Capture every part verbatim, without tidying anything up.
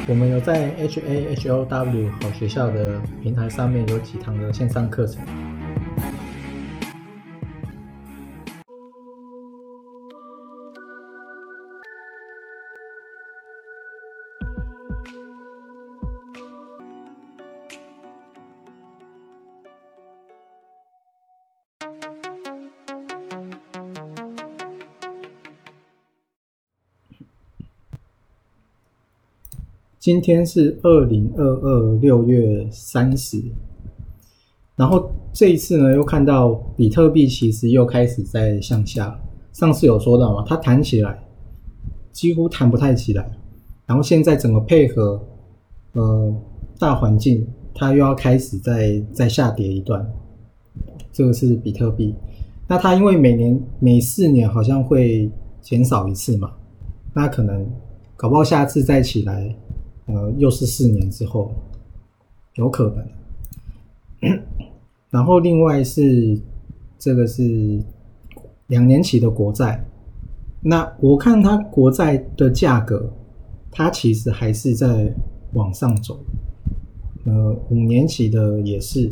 我们有在 H A H O W 好学校的平台上面有几堂的线上课程。今天是二零二二六月三十，然后这一次呢，又看到比特币其实又开始在向下。上次有说到嘛，它弹起来几乎弹不太起来，然后现在整个配合呃大环境，它又要开始再再下跌一段。这个是比特币，那它因为每年每四年好像会减少一次嘛，那可能搞不好下次再起来。呃，又是四年之后，有可能。然后另外是这个是两年期的国债，那我看它国债的价格，它其实还是在往上走。呃，五年期的也是，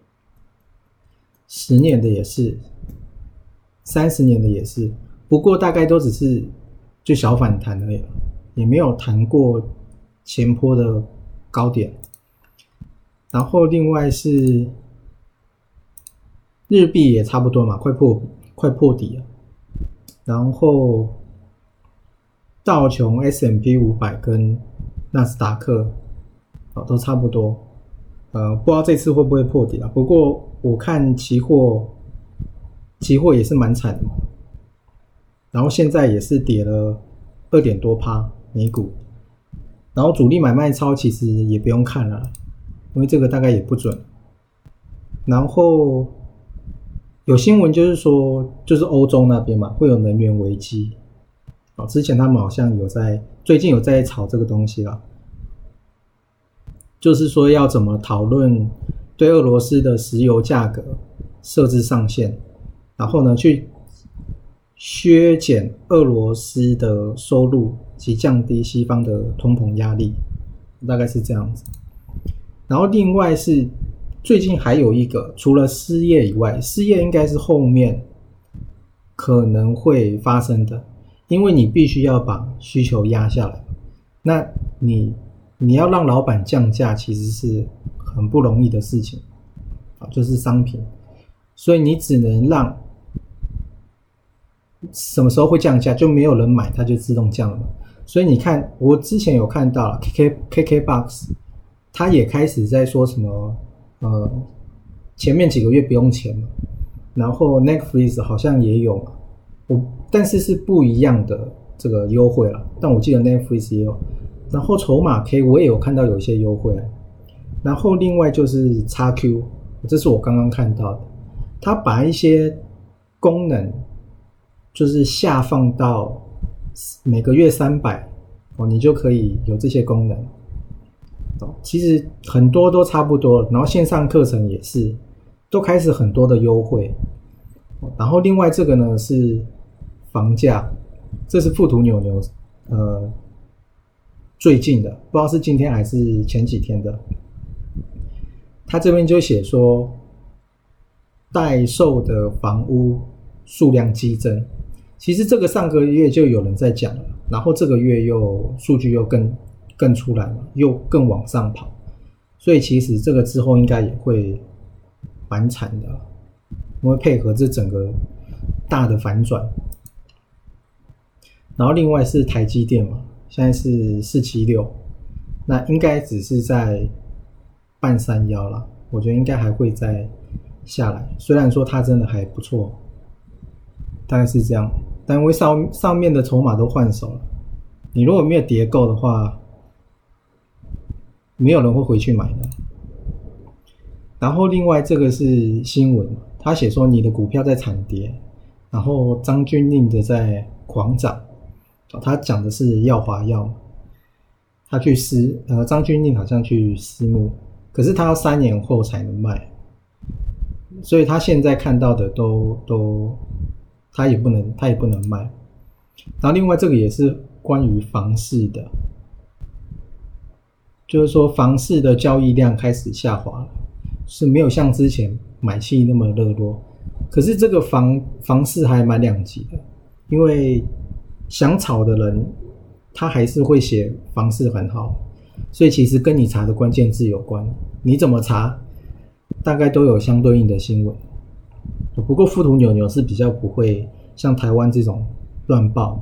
十年的也是，三十年的也是，不过大概都只是就小反弹而已，也没有弹过前波的高点。然后另外是日币也差不多嘛，快破快破底了。然后道琼 S and P 五百 跟纳斯达克、哦、都差不多。呃，不知道这次会不会破底啊？不过我看期货期货也是蛮惨的嘛。然后现在也是跌了二点多趴美股。然后主力买卖超其实也不用看了，因为这个大概也不准。然后有新闻就是说，就是欧洲那边嘛，会有能源危机。哦，之前他们好像有在，最近有在炒这个东西啦，就是说要怎么讨论对俄罗斯的石油价格设置上限，然后呢去削减俄罗斯的收入及降低西方的通膨压力，大概是这样子。然后另外是最近还有一个，除了失业以外，失业应该是后面可能会发生的，因为你必须要把需求压下来，那你你要让老板降价其实是很不容易的事情，就是商品，所以你只能让什么时候会降价，就没有人买，它就自动降了。所以你看，我之前有看到了 K K K K box， 它也开始在说什么，呃，前面几个月不用钱嘛，然后 Netflix 好像也有嘛，我但是是不一样的这个优惠啦，但我记得 Netflix 也有。然后筹码 K 我也有看到有一些优惠，然后另外就是 X Q， 这是我刚刚看到的，它把一些功能就是下放到每个月三百、哦、你就可以有这些功能、哦、其实很多都差不多，然后线上课程也是都开始很多的优惠、哦、然后另外这个呢是房价，这是富途牛牛呃最近的，不知道是今天还是前几天的，他这边就写说待售的房屋数量激增，其实这个上个月就有人在讲了，然后这个月又数据又更更出来了，又更往上跑，所以其实这个之后应该也会蛮惨的，因为配合这整个大的反转。然后另外是台积电嘛，现在是四七六，那应该只是在半山腰啦，我觉得应该还会再下来，虽然说它真的还不错，大概是这样，但因为 上, 上面的筹码都换手了，你如果没有跌够的话，没有人会回去买的。然后另外这个是新闻，他写说你的股票在惨跌，然后张钧甯的在狂涨，他讲的是耀华药，他去私呃张钧甯好像去私募，可是他要三年后才能卖，所以他现在看到的都都他也不能他也不能卖。然后另外这个也是关于房市的， 就是说房市的交易量开始下滑了，是没有像之前买气那么热络。可是这个房房市还蛮两极的，因为想炒的人他还是会写房市很好，所以其实跟你查的关键字有关，你怎么查大概都有相对应的新闻。不过富途牛牛是比较不会像台湾这种乱报。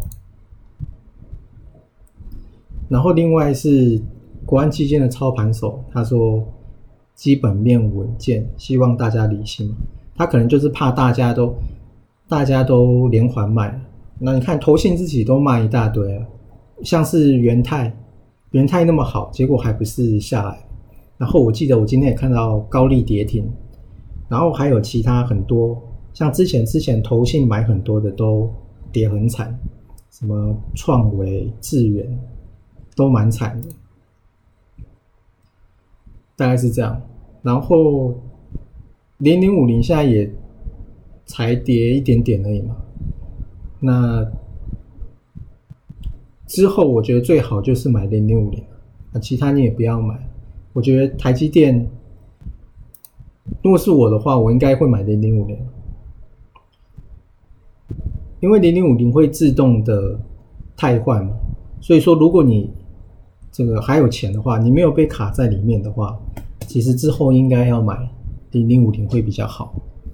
然后另外是国安基金的操盘手，他说基本面稳健，希望大家理性。他可能就是怕大家都大家都连环卖，那你看投信自己都卖一大堆了，像是元泰元泰那么好，结果还不是下来。然后我记得我今天也看到高利跌停，然后还有其他很多，像之前之前投信买很多的都跌很惨，什么创维、智原都蛮惨的，大概是这样。然后零零五零现在也才跌一点点而已嘛，那之后我觉得最好就是买零零五零，其他你也不要买。我觉得台积电如果是我的话，我应该会买零零五零，因为零零五零会自动的汰换嘛，所以说如果你这个还有钱的话，你没有被卡在里面的话，其实之后应该要买零零五零会比较好。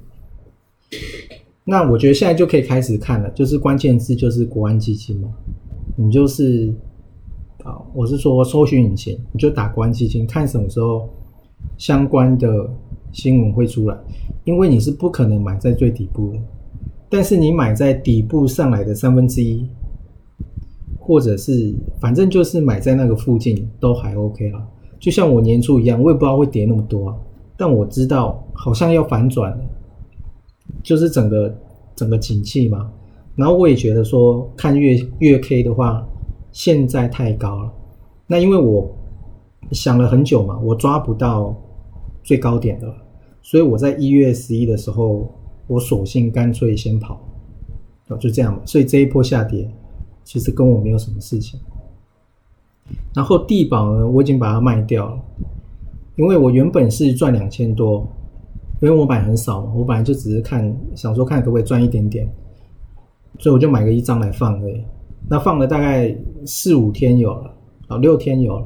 那我觉得现在就可以开始看了，就是关键字就是国安基金嘛，你就是啊，我是说搜寻引擎，你就打国安基金，看什么时候相关的新闻会出来，因为你是不可能买在最底部的，但是你买在底部上来的三分之一，或者是反正就是买在那个附近都还 OK 啦。就像我年初一样，我也不知道会跌那么多啊，但我知道好像要反转了，就是整个整个景气嘛。然后我也觉得说看月月 K 的话，现在太高了。那因为我想了很久嘛，我抓不到最高点的，所以我在一月十一的时候，我索性干脆先跑，就这样嘛。所以这一波下跌其实跟我没有什么事情。然后地保呢，我已经把它卖掉了，因为我原本是赚两千多，因为我买很少嘛，我本来就只是看想说看可不可以赚一点点，所以我就买个一张来放而已。那放了大概四五天有了，啊六天有了，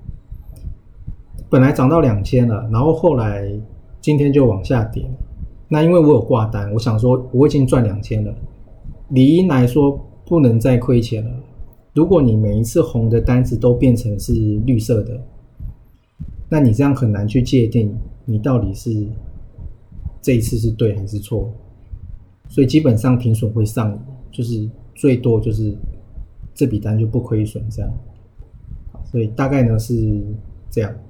本来涨到两千了，然后后来今天就往下跌。那因为我有挂单，我想说我已经赚两千了，理应来说不能再亏钱了。如果你每一次红的单子都变成是绿色的，那你这样很难去界定你到底是这一次是对还是错，所以基本上停损会上移，就是最多就是这笔单就不亏损这样。所以大概呢是这样。